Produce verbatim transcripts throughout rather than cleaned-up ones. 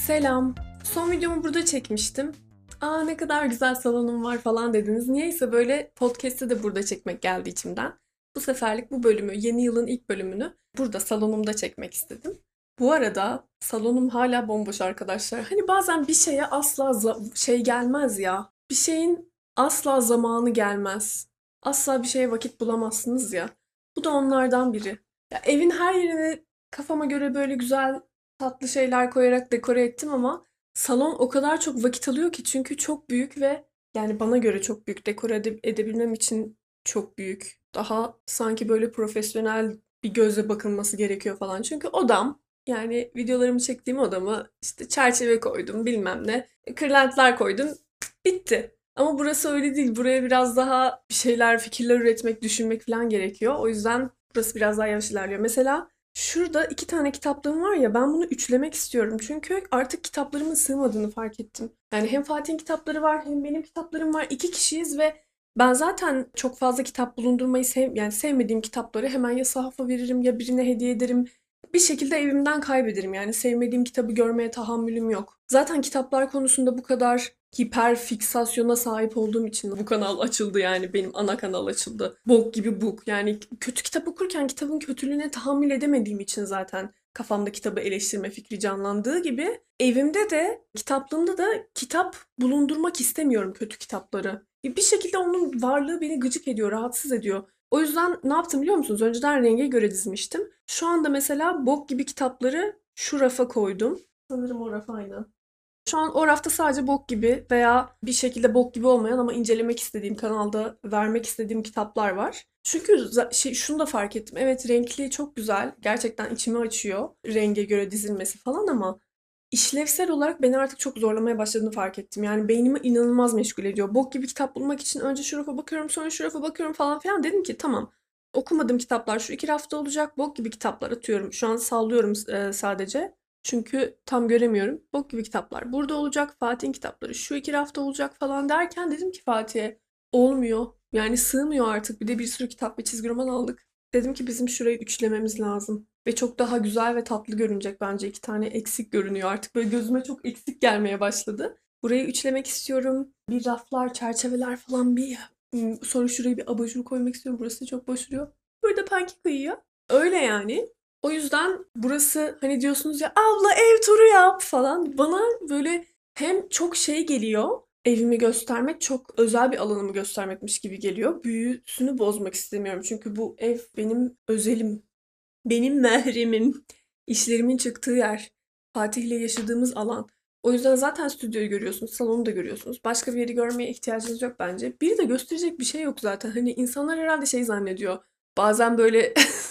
Selam. Son videomu burada çekmiştim. Aa ne kadar güzel salonum var falan dediniz. Niyeyse böyle podcast'i de burada çekmek geldi içimden. Bu seferlik bu bölümü, yeni yılın ilk bölümünü burada salonumda çekmek istedim. Bu arada salonum hala bomboş arkadaşlar. Hani bazen bir şeye asla za- şey gelmez ya. Bir şeyin asla zamanı gelmez. Asla bir şeye vakit bulamazsınız ya. Bu da onlardan biri. Ya evin her yerine kafama göre böyle güzel tatlı şeyler koyarak dekore ettim ama salon o kadar çok vakit alıyor ki çünkü çok büyük ve yani bana göre çok büyük. Dekore ede- edebilmem için çok büyük. Daha sanki böyle profesyonel bir gözle bakılması gerekiyor falan. Çünkü odam yani videolarımı çektiğim odamı işte çerçeve koydum bilmem ne. Kırlentler koydum. Bitti. Ama burası öyle değil. Buraya biraz daha bir şeyler, fikirler üretmek, düşünmek falan gerekiyor. O yüzden burası biraz daha yavaş ilerliyor. Mesela şurada iki tane kitaplığım var ya ben bunu üçlemek istiyorum. Çünkü artık kitaplarımın sığmadığını fark ettim. Yani hem Fatih'in kitapları var hem benim kitaplarım var. İki kişiyiz ve ben zaten çok fazla kitap bulundurmayı sev yani sevmediğim kitapları hemen ya sahafa veririm ya birine hediye ederim. Bir şekilde evimden kaybederim. Yani sevmediğim kitabı görmeye tahammülüm yok. Zaten kitaplar konusunda bu kadar hiper fiksasyona sahip olduğum için bu kanal açıldı yani benim ana kanal açıldı. Bok gibi book. Yani kötü kitap okurken kitabın kötülüğüne tahammül edemediğim için zaten kafamda kitabı eleştirme fikri canlandığı gibi evimde de kitaplığımda da kitap bulundurmak istemiyorum kötü kitapları. Bir şekilde onun varlığı beni gıcık ediyor, rahatsız ediyor. O yüzden ne yaptım biliyor musunuz? Önceden renge göre dizmiştim. Şu anda mesela bok gibi kitapları şu rafa koydum. Sanırım o raf aynı. Şu an o rafta sadece bok gibi veya bir şekilde bok gibi olmayan ama incelemek istediğim, kanalda vermek istediğim kitaplar var. Çünkü za- şey, şunu da fark ettim. Evet renkli çok güzel. Gerçekten içimi açıyor. Renge göre dizilmesi falan ama işlevsel olarak beni artık çok zorlamaya başladığını fark ettim. Yani beynimi inanılmaz meşgul ediyor. Bok gibi kitap bulmak için önce şu rafa bakıyorum, sonra şu rafa bakıyorum falan filan. Dedim ki tamam. Okumadığım kitaplar şu iki rafta olacak. Bok gibi kitaplar atıyorum. Şu an sallıyorum e, sadece. Çünkü tam göremiyorum. Bok gibi kitaplar burada olacak. Fatih'in kitapları şu iki rafta olacak falan derken dedim ki Fatih'e olmuyor. Yani sığmıyor artık. Bir de bir sürü kitap ve çizgi roman aldık. Dedim ki bizim şurayı üçlememiz lazım. Ve çok daha güzel ve tatlı görünecek bence. İki tane eksik görünüyor artık. Böyle gözüme çok eksik gelmeye başladı. Burayı üçlemek istiyorum. Bir raflar, çerçeveler falan bir... hmm, Sonra şuraya bir abajur koymak istiyorum. Burası çok boş duruyor. Burada pankek uyuyor. Öyle yani. O yüzden burası hani diyorsunuz ya abla ev turu yap falan. Bana böyle hem çok şey geliyor. Evimi göstermek çok özel bir alanımı göstermekmiş gibi geliyor. Büyüsünü bozmak istemiyorum. Çünkü bu ev benim özelim. Benim mahremim. İşlerimin çıktığı yer. Fatih'le yaşadığımız alan. O yüzden zaten stüdyoyu görüyorsunuz, salonu da görüyorsunuz. Başka bir yeri görmeye ihtiyacınız yok bence. Bir de gösterecek bir şey yok zaten. Hani insanlar herhalde şey zannediyor. Bazen böyle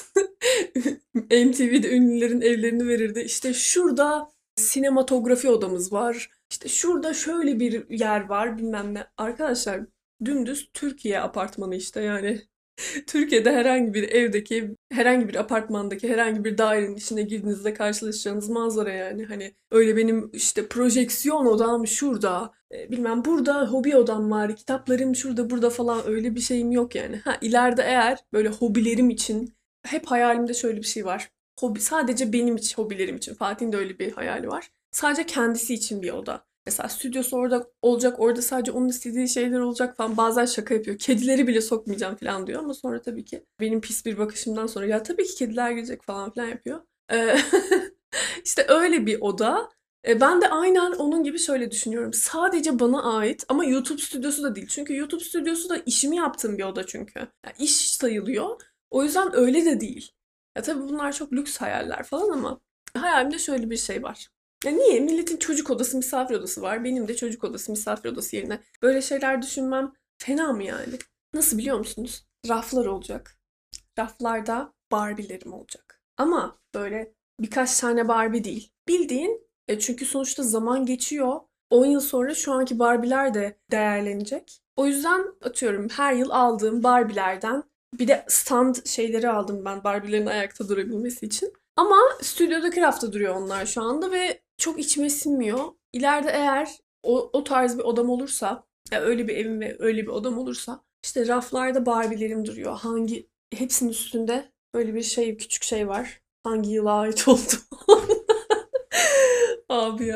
M T V'de ünlülerin evlerini verirdi. İşte şurada sinematografi odamız var. İşte şurada şöyle bir yer var bilmem ne. Arkadaşlar dümdüz Türkiye apartmanı işte yani. Türkiye'de herhangi bir evdeki, herhangi bir apartmandaki, herhangi bir dairenin içine girdiğinizde karşılaşacağınız manzara yani. Hani öyle benim işte projeksiyon odam şurada, e, bilmem burada hobi odam var, kitaplarım şurada burada falan öyle bir şeyim yok yani. Ha ileride eğer böyle hobilerim için hep hayalimde şöyle bir şey var. Hobi sadece benim için, hobilerim için. Fatih'in de öyle bir hayali var. Sadece kendisi için bir oda. Mesela stüdyosu orada olacak, orada sadece onun istediği şeyler olacak falan. Bazen şaka yapıyor. Kedileri bile sokmayacağım falan diyor ama sonra tabii ki benim pis bir bakışımdan sonra ya tabii ki kediler gelecek falan filan yapıyor. Ee, işte öyle bir oda. E, ben de aynen onun gibi şöyle düşünüyorum. Sadece bana ait ama YouTube stüdyosu da değil. Çünkü YouTube stüdyosu da işimi yaptığım bir oda çünkü. Ya iş sayılıyor. O yüzden öyle de değil. Ya tabii bunlar çok lüks hayaller falan ama hayalimde şöyle bir şey var. Ya niye? Milletin çocuk odası, misafir odası var. Benim de çocuk odası, misafir odası yerine böyle şeyler düşünmem fena mı yani? Nasıl biliyor musunuz? Raflar olacak. Raflarda Barbie'lerim olacak. Ama böyle birkaç tane Barbie değil. Bildiğin e çünkü sonuçta zaman geçiyor. on yıl sonra şu anki Barbie'ler de değerlenecek. O yüzden atıyorum her yıl aldığım Barbie'lerden bir de stand şeyleri aldım ben Barbie'lerin ayakta durabilmesi için. Ama stüdyodaki rafta duruyor onlar şu anda ve çok içime sinmiyor. İleride eğer o, o tarz bir odam olursa, ya öyle bir evim ve öyle bir odam olursa işte raflarda Barbie'lerim duruyor. Hangi hepsinin üstünde böyle bir şey küçük şey var. Hangi yıla ait oldu? Abi ya.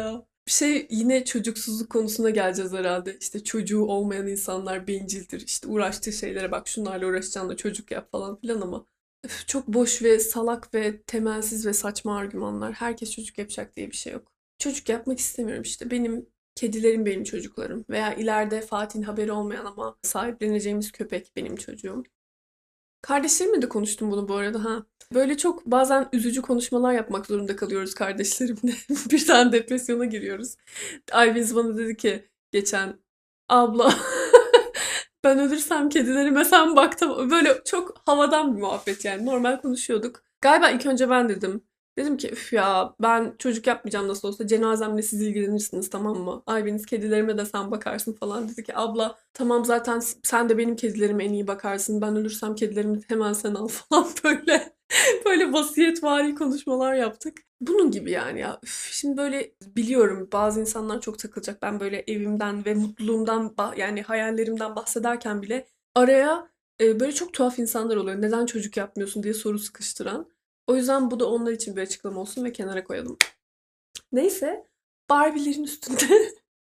Şey yine çocuksuzluk konusuna geleceğiz herhalde. İşte çocuğu olmayan insanlar bencildir. İşte uğraştığı şeylere bak şunlarla uğraşacaksın da çocuk yap falan filan ama üf, çok boş ve salak ve temelsiz ve saçma argümanlar. Herkes çocuk yapacak diye bir şey yok. Çocuk yapmak istemiyorum işte. Benim kedilerim benim çocuklarım. Veya ileride Fatih'in haberi olmayan ama sahipleneceğimiz köpek benim çocuğum. Kardeşlerimle de konuştum bunu bu arada ha. Böyle çok bazen üzücü konuşmalar yapmak zorunda kalıyoruz kardeşlerimle. Birden depresyona giriyoruz. Ayviz bana dedi ki geçen abla ben ölürsem kedilerime sen bak tamam. Böyle çok havadan bir muhabbet yani. Normal konuşuyorduk. Galiba ilk önce ben dedim. Dedim ki üf ya ben çocuk yapmayacağım nasıl olsa cenazemle siz ilgilenirsiniz tamam mı? Ayveniz kedilerime de sen bakarsın falan. Dedi ki abla tamam zaten sen de benim kedilerime en iyi bakarsın. Ben ölürsem kedilerimi hemen sen al falan böyle. Böyle vasiyetvari konuşmalar yaptık. Bunun gibi yani ya. Üf, şimdi böyle biliyorum bazı insanlar çok takılacak. Ben böyle evimden ve mutluluğumdan bah- yani hayallerimden bahsederken bile araya e, böyle çok tuhaf insanlar oluyor. Neden çocuk yapmıyorsun diye soru sıkıştıran. O yüzden bu da onlar için bir açıklama olsun ve kenara koyalım. Neyse Barbie'lerin üstünde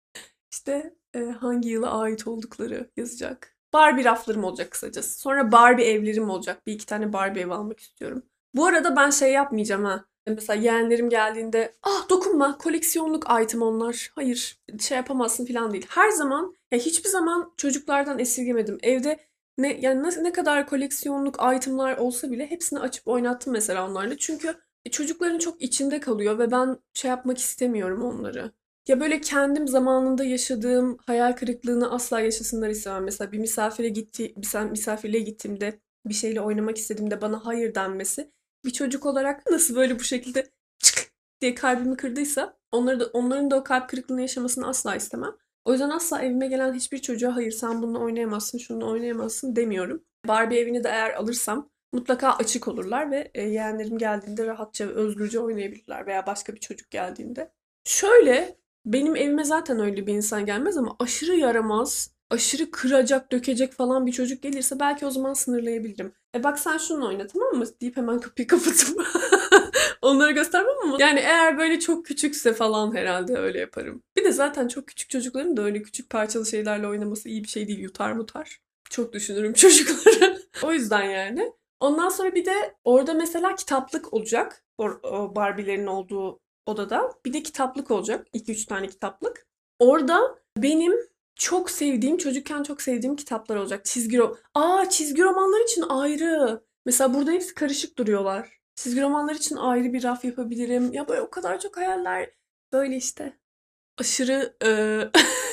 işte e, hangi yıla ait oldukları yazacak. Barbie raflarım olacak kısacası. Sonra Barbie evlerim olacak. Bir iki tane Barbie ev almak istiyorum. Bu arada ben şey yapmayacağım ha. Mesela yeğenlerim geldiğinde ah dokunma koleksiyonluk item onlar. Hayır şey yapamazsın falan değil. Her zaman ya hiçbir zaman çocuklardan esirgemedim. Evde ne yani ne, ne kadar koleksiyonluk itemlar olsa bile hepsini açıp oynattım mesela onlarla. Çünkü çocukların çok içinde kalıyor ve ben şey yapmak istemiyorum onları. Ya böyle kendim zamanında yaşadığım hayal kırıklığını asla yaşasınlar istemem. Mesela bir misafire gitti, bir sen- misafirliğe gittiğimde bir şeyle oynamak istediğimde bana hayır denmesi bir çocuk olarak nasıl böyle bu şekilde çık diye kalbimi kırdıysa onları da, onların da o kalp kırıklığını yaşamasını asla istemem. O yüzden asla evime gelen hiçbir çocuğa hayır sen bununla oynayamazsın, şununla oynayamazsın demiyorum. Barbie evini de eğer alırsam mutlaka açık olurlar ve e, yeğenlerim geldiğinde rahatça ve özgürce oynayabilirler veya başka bir çocuk geldiğinde. Şöyle benim evime zaten öyle bir insan gelmez ama aşırı yaramaz, aşırı kıracak, dökecek falan bir çocuk gelirse belki o zaman sınırlayabilirim. E bak sen şununla oyna tamam mı? Deyip hemen kapıyı kapatıp onları göstermem ama. Yani eğer böyle çok küçükse falan herhalde öyle yaparım. Bir de zaten çok küçük çocukların da öyle küçük parçalı şeylerle oynaması iyi bir şey değil. Yutar mutar. Çok düşünürüm çocukları. O yüzden yani. Ondan sonra bir de orada mesela kitaplık olacak. O, o Barbie'lerin olduğu odada. Bir de kitaplık olacak. iki üç tane kitaplık. Orada benim çok sevdiğim, çocukken çok sevdiğim kitaplar olacak. Çizgi ro Aa, çizgi romanlar için ayrı. Mesela burada hepsi karışık duruyorlar. Çizgi romanlar için ayrı bir raf yapabilirim. Ya böyle o kadar çok hayaller. Böyle işte aşırı eee,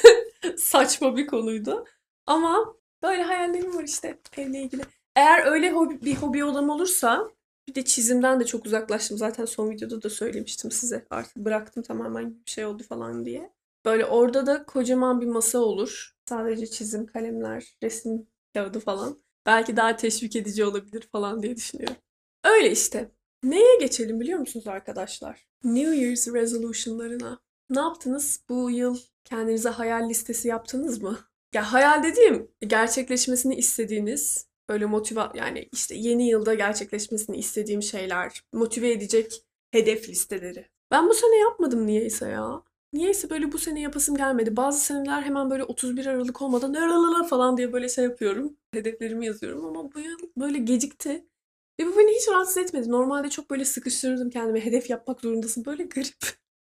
saçma bir konuydu. Ama böyle hayallerim var işte evle ilgili. Eğer öyle hobi, bir hobi odam olursa bir de çizimden de çok uzaklaştım. Zaten son videoda da söylemiştim size. Artık bıraktım tamamen bir şey oldu falan diye. Böyle orada da kocaman bir masa olur. Sadece çizim, kalemler, resim kağıdı falan. Belki daha teşvik edici olabilir falan diye düşünüyorum. Öyle işte. Neye geçelim biliyor musunuz arkadaşlar? New Year's resolution'larına. Ne yaptınız? Bu yıl kendinize hayal listesi yaptınız mı? Ya hayal dediğim gerçekleşmesini istediğiniz böyle motive yani işte yeni yılda gerçekleşmesini istediğim şeyler, motive edecek hedef listeleri. Ben bu sene yapmadım niyeyse ya. Niyeyse böyle bu sene yapasım gelmedi. Bazı seneler hemen böyle otuz bir Aralık olmadan "Lalala" falan diye böyle şey yapıyorum. Hedeflerimi yazıyorum ama bu yıl böyle gecikti. Ve bu beni hiç rahatsız etmedi. Normalde çok böyle sıkıştırırdım kendime. Hedef yapmak zorundasın. Böyle garip.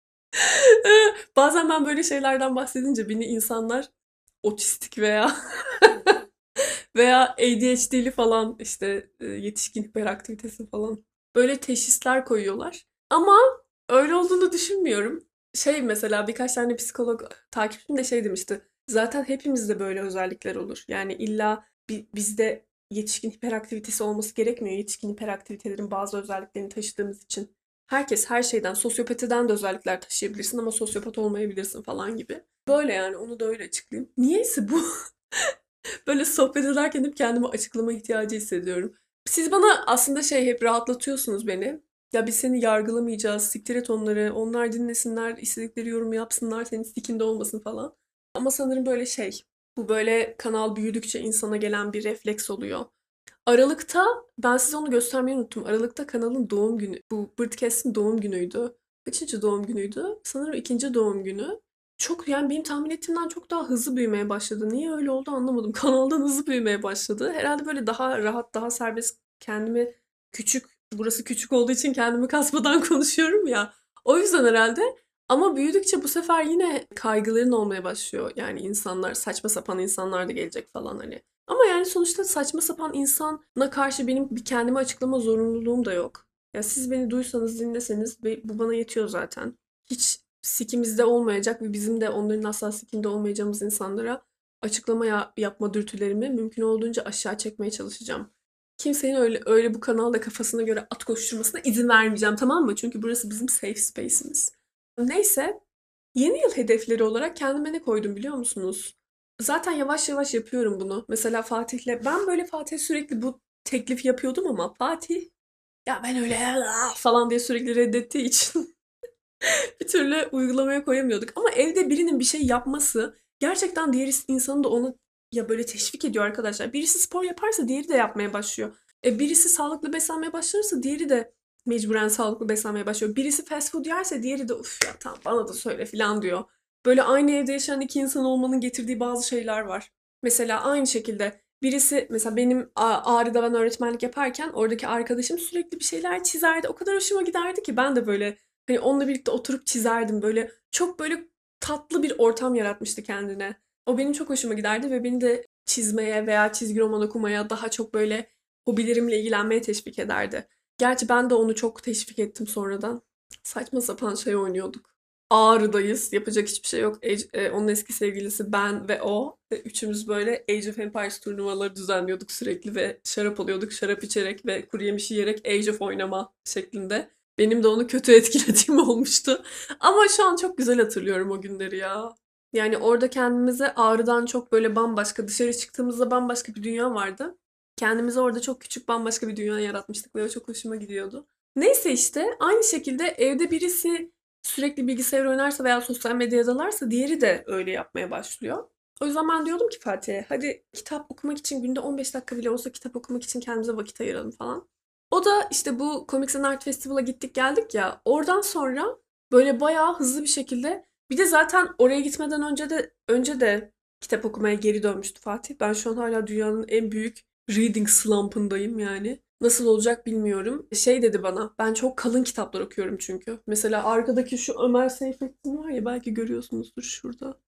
Bazen ben böyle şeylerden bahsedince beni insanlar otistik veya veya A D H D'li falan işte e, yetişkin hiperaktivitesi falan böyle teşhisler koyuyorlar. Ama öyle olduğunu düşünmüyorum. Şey mesela birkaç tane psikolog takipçim de şey demişti. Zaten hepimizde böyle özellikler olur. Yani illa bi- bizde yetişkin hiperaktivitesi olması gerekmiyor. Yetişkin hiperaktivitelerin bazı özelliklerini taşıdığımız için. Herkes her şeyden, sosyopatiden de özellikler taşıyabilirsin ama sosyopat olmayabilirsin falan gibi. Böyle yani onu da öyle açıklayayım. Niyeyse bu böyle sohbet ederken hep kendime açıklama ihtiyacı hissediyorum. Siz bana aslında şey hep rahatlatıyorsunuz beni. Ya biz seni yargılamayacağız, siktir et onları, onlar dinlesinler, istedikleri yorumu yapsınlar, senin sikinde olmasın falan. Ama sanırım böyle şey, bu böyle kanal büyüdükçe insana gelen bir refleks oluyor. Aralık'ta, ben size onu göstermeyi unuttum. Aralık'ta kanalın doğum günü, bu Birdcast'in doğum günüydü. kaçıncı doğum günüydü? Sanırım ikinci doğum günü. Çok yani benim tahmin ettiğimden çok daha hızlı büyümeye başladı. Niye öyle oldu anlamadım. Kanaldan hızlı büyümeye başladı. Herhalde böyle daha rahat, daha serbest kendimi küçük, burası küçük olduğu için kendimi kasmadan konuşuyorum ya. O yüzden herhalde. Ama büyüdükçe bu sefer yine kaygıların olmaya başlıyor. Yani insanlar, saçma sapan insanlar da gelecek falan hani. Ama yani sonuçta saçma sapan insana karşı benim bir kendime açıklama zorunluluğum da yok. Ya siz beni duysanız, dinleseniz ve bu bana yetiyor zaten. Hiç sikimizde olmayacak ve bizim de onların asla sikinde olmayacağımız insanlara açıklama ya- yapma dürtülerimi mümkün olduğunca aşağı çekmeye çalışacağım. Kimsenin öyle öyle bu kanalda kafasına göre at koşturmasına izin vermeyeceğim, tamam mı? Çünkü burası bizim safe space'imiz. Neyse, yeni yıl hedefleri olarak kendime ne koydum biliyor musunuz? Zaten yavaş yavaş yapıyorum bunu. Mesela Fatih'le ben böyle Fatih sürekli bu teklif yapıyordum ama Fatih ya ben öyle "Aa!" falan diye sürekli reddettiği için bir türlü uygulamaya koyamıyorduk. Ama evde birinin bir şey yapması gerçekten diğer insanın da onu ya böyle teşvik ediyor arkadaşlar. Birisi spor yaparsa diğeri de yapmaya başlıyor. E birisi sağlıklı beslenmeye başlarsa diğeri de mecburen sağlıklı beslenmeye başlıyor. Birisi fast food yerse diğeri de uf ya tamam bana da söyle falan diyor. Böyle aynı evde yaşayan iki insan olmanın getirdiği bazı şeyler var. Mesela aynı şekilde birisi mesela benim A- Ağrı'da ben öğretmenlik yaparken oradaki arkadaşım sürekli bir şeyler çizerdi. O kadar hoşuma giderdi ki ben de böyle hani onunla birlikte oturup çizerdim böyle. Çok böyle tatlı bir ortam yaratmıştı kendine. O benim çok hoşuma giderdi ve beni de çizmeye veya çizgi roman okumaya daha çok böyle hobilerimle ilgilenmeye teşvik ederdi. Gerçi ben de onu çok teşvik ettim sonradan. Saçma sapan şey oynuyorduk. Ağrı'dayız. Yapacak hiçbir şey yok. Age- e, onun eski sevgilisi ben ve o. Ve üçümüz böyle Age of Empires turnuvaları düzenliyorduk sürekli ve şarap alıyorduk. Şarap içerek ve kuru yemiş yiyerek Age of oynama şeklinde. Benim de onu kötü etkilediğim olmuştu. Ama şu an çok güzel hatırlıyorum o günleri ya. Yani orada kendimize Ağrı'dan çok böyle bambaşka, dışarı çıktığımızda bambaşka bir dünya vardı. Kendimize orada çok küçük bambaşka bir dünya yaratmıştık ve o çok hoşuma gidiyordu. Neyse işte aynı şekilde evde birisi sürekli bilgisayar oynarsa veya sosyal medyadalarsa diğeri de öyle yapmaya başlıyor. O yüzden ben diyordum ki Fatih'e hadi kitap okumak için günde on beş dakika bile olsa kitap okumak için kendimize vakit ayıralım falan. O da işte bu Comics and Art Festival'a gittik geldik ya. Oradan sonra böyle bayağı hızlı bir şekilde bir de zaten oraya gitmeden önce de önce de kitap okumaya geri dönmüştü Fatih. Ben şu an hala dünyanın en büyük reading slump'ındayım yani. Nasıl olacak bilmiyorum. Şey dedi bana, ben çok kalın kitaplar okuyorum çünkü. Mesela arkadaki şu Ömer Seyfettin var ya belki görüyorsunuzdur şurada.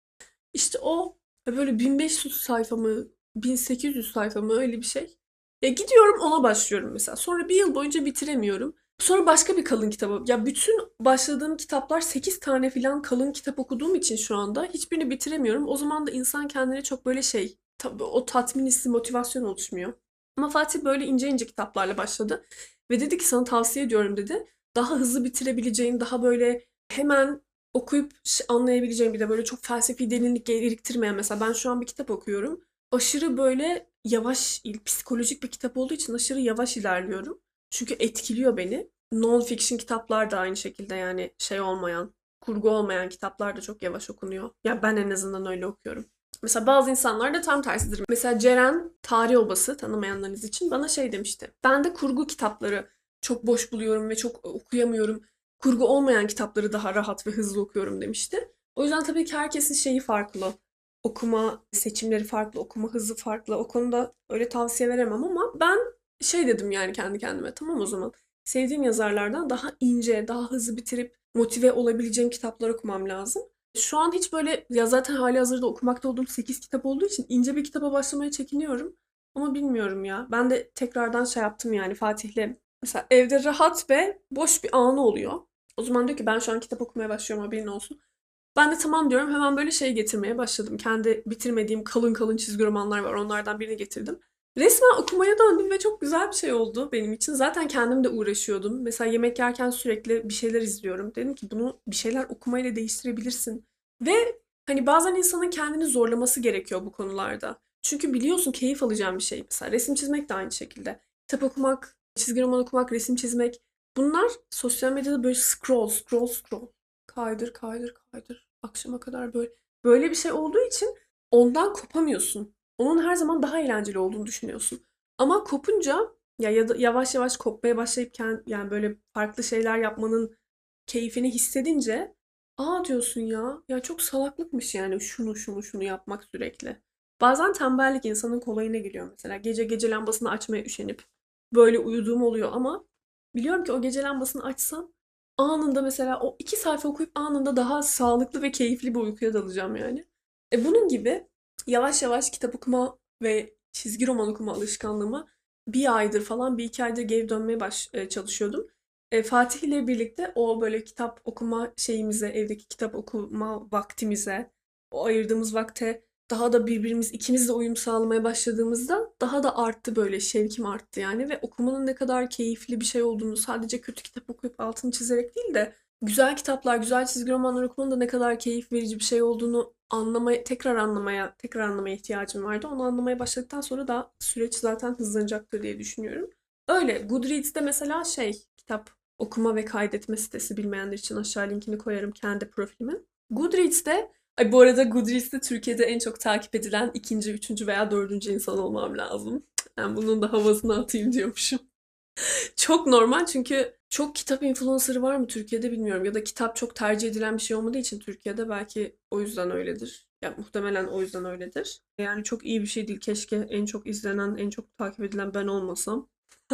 İşte o böyle bin beş yüz sayfa mı, bin sekiz yüz sayfa mı öyle bir şey. Ya gidiyorum ona başlıyorum mesela. Sonra bir yıl boyunca bitiremiyorum. Sonra başka bir kalın kitabı. Ya bütün başladığım kitaplar sekiz tane falan kalın kitap okuduğum için şu anda hiçbirini bitiremiyorum. O zaman da insan kendine çok böyle şey, tabii o tatmin hissi, motivasyon oluşmuyor. Ama Fatih böyle ince ince kitaplarla başladı. Ve dedi ki sana tavsiye ediyorum dedi. Daha hızlı bitirebileceğin, daha böyle hemen okuyup ş- anlayabileceğim bir de böyle çok felsefi derinlik gerektirmeyen mesela ben şu an bir kitap okuyorum. Aşırı böyle yavaş, il- psikolojik bir kitap olduğu için aşırı yavaş ilerliyorum. Çünkü etkiliyor beni. Non-fiction kitaplar da aynı şekilde yani şey olmayan, kurgu olmayan kitaplar da çok yavaş okunuyor. Ya ben en azından öyle okuyorum. Mesela bazı insanlar da tam tersidir. Mesela Ceren Tarih Obası tanımayanlarınız için bana şey demişti. Ben de kurgu kitapları çok boş buluyorum ve çok okuyamıyorum. Kurgu olmayan kitapları daha rahat ve hızlı okuyorum demişti. O yüzden tabii ki herkesin şeyi farklı. Okuma seçimleri farklı, okuma hızı farklı. O konuda öyle tavsiye veremem ama ben şey dedim yani kendi kendime. Tamam o zaman sevdiğim yazarlardan daha ince, daha hızlı bitirip motive olabileceğim kitaplar okumam lazım. Şu an hiç böyle ya zaten halihazırda okumakta olduğum sekiz kitap olduğu için ince bir kitaba başlamaya çekiniyorum. Ama bilmiyorum ya. Ben de tekrardan şey yaptım yani Fatih'le. Mesela evde rahat ve boş bir anı oluyor. O zaman diyor ki ben şu an kitap okumaya başlıyorum haberin olsun. Ben de tamam diyorum hemen böyle şey getirmeye başladım. Kendi bitirmediğim kalın kalın çizgi romanlar var onlardan birini getirdim. Resmen okumaya döndüm ve çok güzel bir şey oldu benim için. Zaten kendim de uğraşıyordum. Mesela yemek yerken sürekli bir şeyler izliyorum. Dedim ki bunu bir şeyler okumayla değiştirebilirsin. Ve hani bazen insanın kendini zorlaması gerekiyor bu konularda. Çünkü biliyorsun keyif alacağın bir şey. Mesela resim çizmek de aynı şekilde. Kitap okumak, çizgi roman okumak, resim çizmek. Bunlar sosyal medyada böyle scroll, scroll, scroll. Kaydır, kaydır, kaydır. Akşama kadar böyle. Böyle bir şey olduğu için ondan kopamıyorsun. Onun her zaman daha eğlenceli olduğunu düşünüyorsun. Ama kopunca ya ya da yavaş yavaş kopmaya başlayıp kend- yani böyle farklı şeyler yapmanın keyfini hissedince aa diyorsun ya ya çok salaklıkmış yani şunu şunu şunu yapmak sürekli. Bazen tembellik insanın kolayına geliyor mesela. Gece gece lambasını açmaya üşenip böyle uyuduğum oluyor ama biliyorum ki o gece lambasını açsam anında mesela o iki sayfa okuyup anında daha sağlıklı ve keyifli bir uykuya dalacağım yani. E bunun gibi yavaş yavaş kitap okuma ve çizgi roman okuma alışkanlığıma bir aydır falan bir iki aydır geri dönmeye baş e, çalışıyordum. E, Fatih ile birlikte o böyle kitap okuma şeyimize, evdeki kitap okuma vaktimize, o ayırdığımız vakte daha da birbirimiz ikimiz de uyum sağlamaya başladığımızda daha da arttı böyle şevkim arttı yani ve okumanın ne kadar keyifli bir şey olduğunu sadece kötü kitap okuyup altını çizerek değil de güzel kitaplar, güzel çizgi romanlar okumanın da ne kadar keyif verici bir şey olduğunu anlamaya, tekrar anlamaya, tekrar anlamaya ihtiyacım vardı. Onu anlamaya başladıktan sonra da süreç zaten hızlanacaktır diye düşünüyorum. Öyle. Goodreads'te mesela şey, kitap okuma ve kaydetme sitesi bilmeyenler için aşağı linkini koyarım kendi profilimin. Goodreads'te, ay bu arada Goodreads'te Türkiye'de en çok takip edilen ikinci, üçüncü veya dördüncü insan olmam lazım. Ben bunun da havasını atayım diyormuşum. Çok normal çünkü çok kitap influencer'ı var mı Türkiye'de bilmiyorum. Ya da kitap çok tercih edilen bir şey olmadığı için Türkiye'de belki o yüzden öyledir. Ya muhtemelen o yüzden öyledir. Yani çok iyi bir şey değil. Keşke en çok izlenen, en çok takip edilen ben olmasam.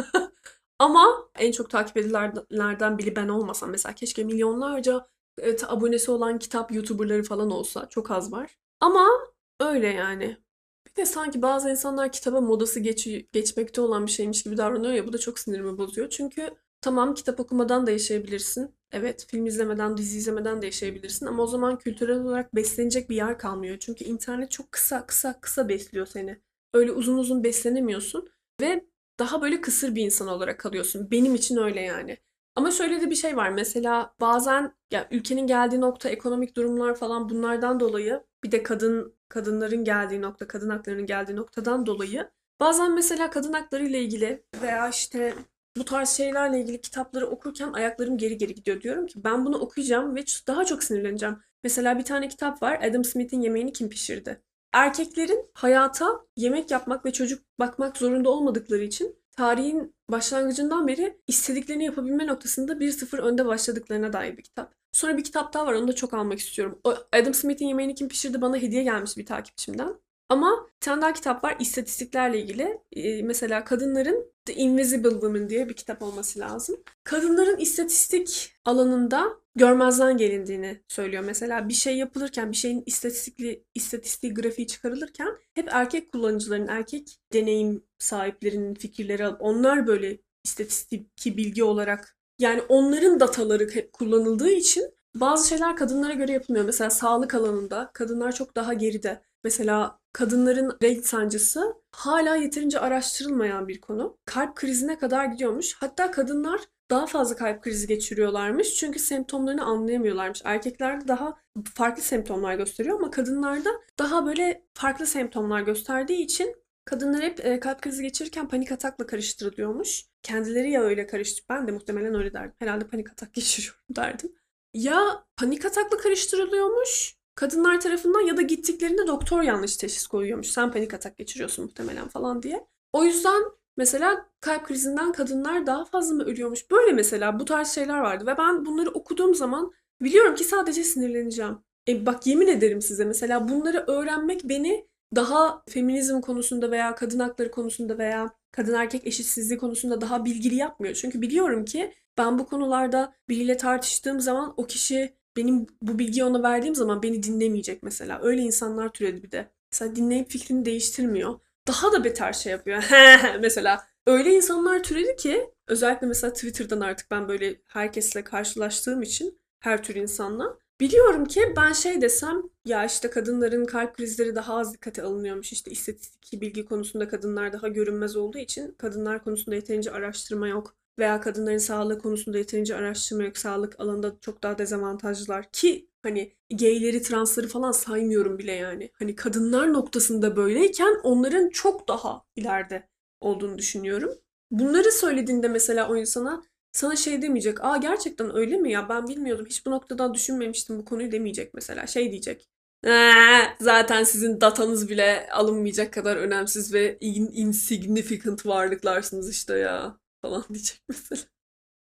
Ama en çok takip edilenlerden biri ben olmasam. Mesela keşke milyonlarca e, abonesi olan kitap YouTuber'ları falan olsa. Çok az var. Ama öyle yani. Bir de sanki bazı insanlar kitaba modası geç, geçmekte olan bir şeymiş gibi davranıyor ya bu da çok sinirimi bozuyor. Çünkü tamam kitap okumadan da yaşayabilirsin. Evet film izlemeden, dizi izlemeden de yaşayabilirsin ama o zaman kültürel olarak beslenecek bir yer kalmıyor. Çünkü internet çok kısa kısa kısa besliyor seni. Öyle uzun uzun beslenemiyorsun ve daha böyle kısır bir insan olarak kalıyorsun. Benim için öyle yani. Ama şöyle de bir şey var. Mesela bazen ya ülkenin geldiği nokta, ekonomik durumlar falan bunlardan dolayı bir de kadın kadınların geldiği nokta, kadın haklarının geldiği noktadan dolayı bazen mesela kadın hakları ile ilgili veya işte bu tarz şeylerle ilgili kitapları okurken ayaklarım geri geri gidiyor. Diyorum ki ben bunu okuyacağım ve daha çok sinirleneceğim. Mesela bir tane kitap var. Adam Smith'in Yemeğini Kim Pişirdi? Erkeklerin hayata yemek yapmak ve çocuk bakmak zorunda olmadıkları için tarihin başlangıcından beri istediklerini yapabilme noktasında bir sıfır önde başladıklarına dair bir kitap. Sonra bir kitap daha var onu da çok almak istiyorum. O Adam Smith'in Yemeğini Kim Pişirdi bana hediye gelmiş bir takipçimden. Ama bir tane daha kitap var istatistiklerle ilgili. Ee, mesela kadınların The Invisible Woman diye bir kitap olması lazım. Kadınların istatistik alanında görmezden gelindiğini söylüyor. Mesela bir şey yapılırken, bir şeyin istatistikli istatistiği grafiği çıkarılırken hep erkek kullanıcıların, erkek deneyim sahiplerinin fikirleri alıp onlar böyle istatistik bilgi olarak yani onların dataları hep kullanıldığı için bazı şeyler kadınlara göre yapılmıyor. Mesela sağlık alanında kadınlar çok daha geride. Mesela kadınların regl sancısı hala yeterince araştırılmayan bir konu. Kalp krizine kadar gidiyormuş. Hatta kadınlar daha fazla kalp krizi geçiriyorlarmış. Çünkü semptomlarını anlayamıyorlarmış. Erkeklerde daha farklı semptomlar gösteriyor ama kadınlarda daha böyle farklı semptomlar gösterdiği için kadınlar hep e, kalp krizi geçirirken panik atakla karıştırılıyormuş. Kendileri ya öyle karıştı. Ben de muhtemelen öyle derdim. Herhalde panik atak geçiriyorum derdim. Ya panik atakla karıştırılıyormuş kadınlar tarafından ya da gittiklerinde doktor yanlış teşhis koyuyormuş. Sen panik atak geçiriyorsun muhtemelen falan diye. O yüzden mesela kalp krizinden kadınlar daha fazla mı ölüyormuş? Böyle mesela bu tarz şeyler vardı ve ben bunları okuduğum zaman biliyorum ki sadece sinirleneceğim. E bak yemin ederim size mesela bunları öğrenmek beni daha feminizm konusunda veya kadın hakları konusunda veya kadın erkek eşitsizliği konusunda daha bilgili yapmıyor. Çünkü biliyorum ki ben bu konularda biriyle tartıştığım zaman o kişi benim bu bilgiyi ona verdiğim zaman beni dinlemeyecek mesela. Öyle insanlar türedi bir de. Mesela dinleyip fikrini değiştirmiyor. Daha da beter şey yapıyor. Mesela öyle insanlar türedi ki özellikle mesela Twitter'dan artık ben böyle herkesle karşılaştığım için her tür insanla biliyorum ki ben şey desem ya işte kadınların kalp krizleri daha az dikkate alınıyormuş işte istatistik bilgi konusunda kadınlar daha görünmez olduğu için kadınlar konusunda yeterince araştırma yok veya kadınların sağlığı konusunda yeterince araştırma yok sağlık alanında çok daha dezavantajlılar ki hani gayleri transları falan saymıyorum bile yani hani kadınlar noktasında böyleyken onların çok daha ileride olduğunu düşünüyorum. Bunları söylediğinde mesela o insana sana şey demeyecek. Aa gerçekten öyle mi ya? Ben bilmiyordum. Hiç bu noktadan düşünmemiştim bu konuyu demeyecek mesela. Şey diyecek. "Eee, zaten sizin datanız bile alınmayacak kadar önemsiz ve in- insignificant varlıklarsınız işte ya falan diyecek mesela.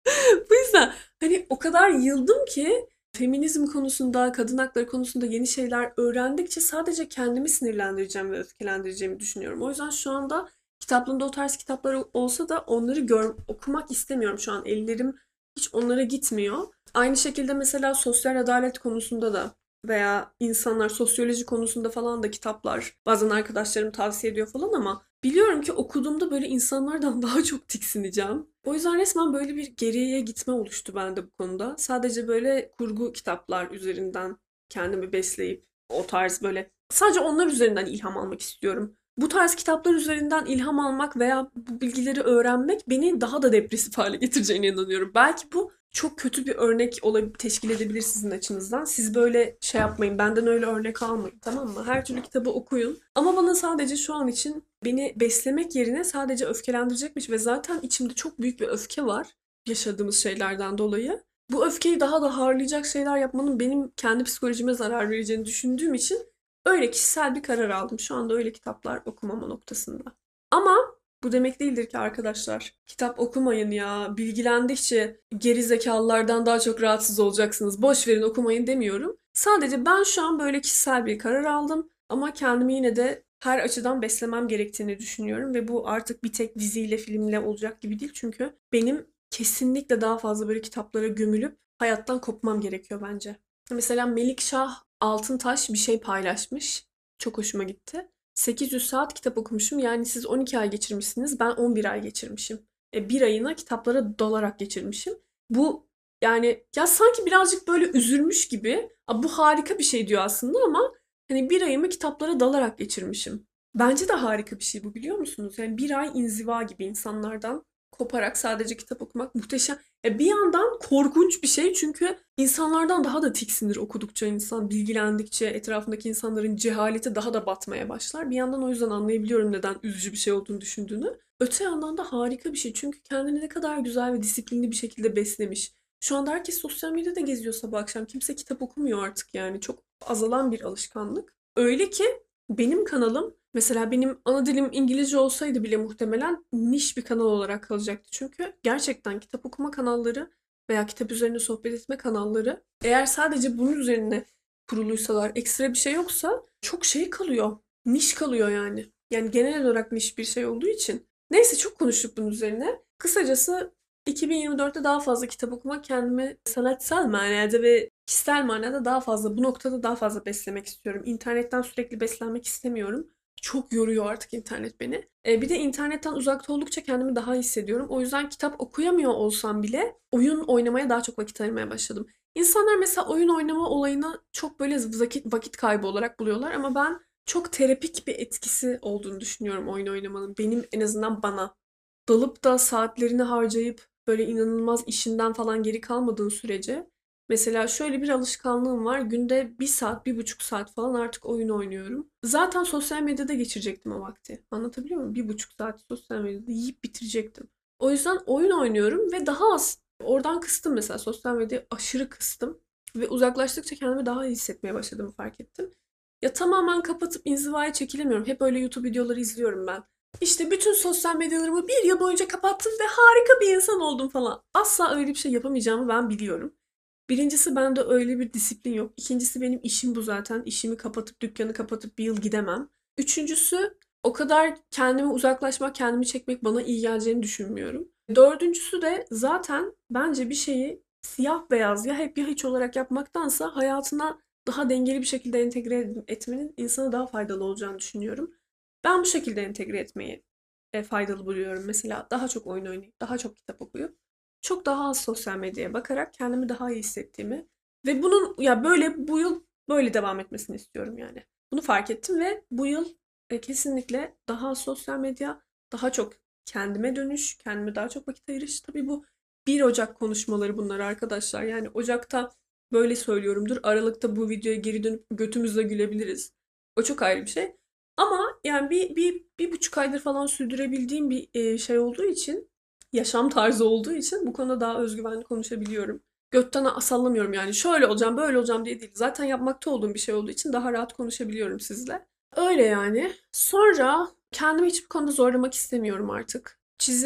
Bu yüzden hani o kadar yıldım ki feminizm konusunda, kadın hakları konusunda yeni şeyler öğrendikçe sadece kendimi sinirlendireceğim ve öfkelendireceğimi düşünüyorum. O yüzden şu anda kitaplığımda o tarz kitaplar olsa da onları gör, okumak istemiyorum şu an. Ellerim hiç onlara gitmiyor. Aynı şekilde mesela sosyal adalet konusunda da veya insanlar sosyoloji konusunda falan da kitaplar bazen arkadaşlarım tavsiye ediyor falan ama biliyorum ki okuduğumda böyle insanlardan daha çok tiksineceğim. O yüzden resmen böyle bir geriye gitme oluştu bende bu konuda. Sadece böyle kurgu kitaplar üzerinden kendimi besleyip o tarz böyle sadece onlar üzerinden ilham almak istiyorum. Bu tarz kitaplar üzerinden ilham almak veya bu bilgileri öğrenmek beni daha da depresif hale getireceğine inanıyorum. Belki bu çok kötü bir örnek olabilir, teşkil edebilir sizin açınızdan. Siz böyle şey yapmayın, benden öyle örnek almayın, tamam mı? Her türlü kitabı okuyun. Ama bana sadece şu an için beni beslemek yerine sadece öfkelendirecekmiş ve zaten içimde çok büyük bir öfke var yaşadığımız şeylerden dolayı. Bu öfkeyi daha da harlayacak şeyler yapmanın benim kendi psikolojime zarar vereceğini düşündüğüm için öyle kişisel bir karar aldım. Şu anda öyle kitaplar okumama noktasında. Ama bu demek değildir ki arkadaşlar. Kitap okumayın ya. Bilgilendikçe geri zekalılardan daha çok rahatsız olacaksınız. Boş verin okumayın demiyorum. Sadece ben şu an böyle kişisel bir karar aldım. Ama kendimi yine de her açıdan beslemem gerektiğini düşünüyorum. Ve bu artık bir tek diziyle, filmle olacak gibi değil. Çünkü benim kesinlikle daha fazla böyle kitaplara gömülüp hayattan kopmam gerekiyor bence. Mesela Melikşah Altıntaş bir şey paylaşmış. Çok hoşuma gitti. sekiz yüz saat kitap okumuşum. Yani siz on iki ay geçirmişsiniz. Ben on bir ay geçirmişim. E, bir ayını kitaplara dalarak geçirmişim. Bu yani ya sanki birazcık böyle üzülmüş gibi. Bu harika bir şey diyor aslında ama hani bir ayımı kitaplara dalarak geçirmişim. Bence de harika bir şey bu, biliyor musunuz? Yani bir ay inziva gibi insanlardan koparak sadece kitap okumak muhteşem. E bir yandan korkunç bir şey çünkü insanlardan daha da tiksinir okudukça insan, bilgilendikçe etrafındaki insanların cehaleti daha da batmaya başlar. Bir yandan o yüzden anlayabiliyorum neden üzücü bir şey olduğunu düşündüğünü. Öte yandan da harika bir şey çünkü kendini ne kadar güzel ve disiplinli bir şekilde beslemiş. Şu anda herkes sosyal medyada geziyor sabah akşam. Kimse kitap okumuyor artık yani. Çok azalan bir alışkanlık. Öyle ki benim kanalım mesela benim ana dilim İngilizce olsaydı bile muhtemelen niş bir kanal olarak kalacaktı. Çünkü gerçekten kitap okuma kanalları veya kitap üzerine sohbet etme kanalları eğer sadece bunun üzerine kuruluysalar, ekstra bir şey yoksa çok şey kalıyor. Niş kalıyor yani. Yani genel olarak niş bir şey olduğu için. Neyse çok konuştuk bunun üzerine. Kısacası iki bin yirmi dörtte daha fazla kitap okumak, kendimi sanatsal manada ve kişisel manada daha fazla, bu noktada daha fazla beslemek istiyorum. İnternetten sürekli beslenmek istemiyorum. Çok yoruyor artık internet beni. E, bir de internetten uzakta oldukça kendimi daha iyi hissediyorum. O yüzden kitap okuyamıyor olsam bile oyun oynamaya daha çok vakit ayırmaya başladım. İnsanlar mesela oyun oynama olayını çok böyle vakit, vakit kaybı olarak buluyorlar ama ben çok terapik bir etkisi olduğunu düşünüyorum oyun oynamanın. Benim en azından bana. Dalıp da saatlerini harcayıp böyle inanılmaz işinden falan geri kalmadığın sürece mesela şöyle bir alışkanlığım var. Günde bir saat, bir buçuk saat falan artık oyun oynuyorum. Zaten sosyal medyada geçirecektim o vakti. Anlatabiliyor muyum? Bir buçuk saat sosyal medyada yiyip bitirecektim. O yüzden oyun oynuyorum ve daha az. Oradan kıstım mesela. Sosyal medyayı aşırı kıstım. Ve uzaklaştıkça kendimi daha iyi hissetmeye başladığımı fark ettim. Ya tamamen kapatıp inzivaya çekilemiyorum. Hep öyle YouTube videoları izliyorum ben. İşte bütün sosyal medyalarımı bir yıl boyunca kapattım ve harika bir insan oldum falan. Asla öyle bir şey yapamayacağımı ben biliyorum. Birincisi bende öyle bir disiplin yok. İkincisi benim işim bu zaten. İşimi kapatıp dükkanı kapatıp bir yıl gidemem. Üçüncüsü o kadar kendime uzaklaşmak, kendimi çekmek bana iyi geleceğini düşünmüyorum. Dördüncüsü de zaten bence bir şeyi siyah beyaz ya hep ya hiç olarak yapmaktansa hayatına daha dengeli bir şekilde entegre etmenin insana daha faydalı olacağını düşünüyorum. Ben bu şekilde entegre etmeyi e, faydalı buluyorum. Mesela daha çok oyun oynayıp, daha çok kitap okuyup, çok daha az sosyal medyaya bakarak kendimi daha iyi hissettiğimi ve bunun ya böyle bu yıl böyle devam etmesini istiyorum yani. Bunu fark ettim ve bu yıl e, kesinlikle daha az sosyal medya, daha çok kendime dönüş, kendime daha çok vakit ayırış. Tabii bu bir Ocak konuşmaları bunlar arkadaşlar. Yani Ocak'ta böyle söylüyorumdur. Aralık'ta bu videoya geri dönüp götümüzle gülebiliriz. O çok ayrı bir şey. Ama yani bir, bir, bir buçuk aydır falan sürdürebildiğim bir e, şey olduğu için, yaşam tarzı olduğu için bu konuda daha özgüvenli konuşabiliyorum. Götten sallamıyorum yani şöyle olacağım böyle olacağım diye değil. Zaten yapmakta olduğum bir şey olduğu için daha rahat konuşabiliyorum sizle. Öyle yani. Sonra kendimi hiçbir konuda zorlamak istemiyorum artık. Çizim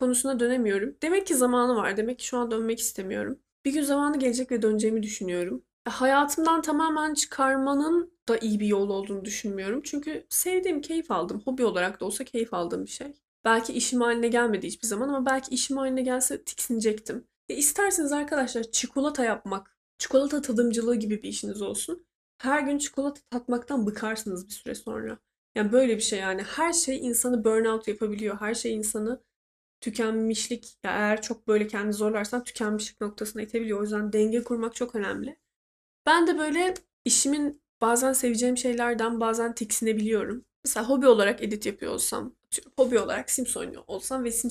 konusuna dönemiyorum. Demek ki zamanı var. Demek ki şu an dönmek istemiyorum. Bir gün zamanı gelecek ve döneceğimi düşünüyorum. E, Hayatımdan tamamen çıkarmanın da iyi bir yol olduğunu düşünmüyorum. Çünkü sevdiğim, keyif aldım. Hobi olarak da olsa keyif aldığım bir şey. Belki işim haline gelmedi hiçbir zaman ama belki işim haline gelse tiksinecektim. E isterseniz arkadaşlar çikolata yapmak, çikolata tadımcılığı gibi bir işiniz olsun. Her gün çikolata tatmaktan bıkarsınız bir süre sonra. Yani böyle bir şey yani. Her şey insanı burnout yapabiliyor. Her şey insanı tükenmişlik, ya eğer çok böyle kendini zorlarsan tükenmişlik noktasına itebiliyor. O yüzden denge kurmak çok önemli. Ben de böyle işimin bazen seveceğim şeylerden bazen tiksinebiliyorum. Mesela hobi olarak edit yapıyor olsam, hobi olarak Sims oynuyor olsam ve Sims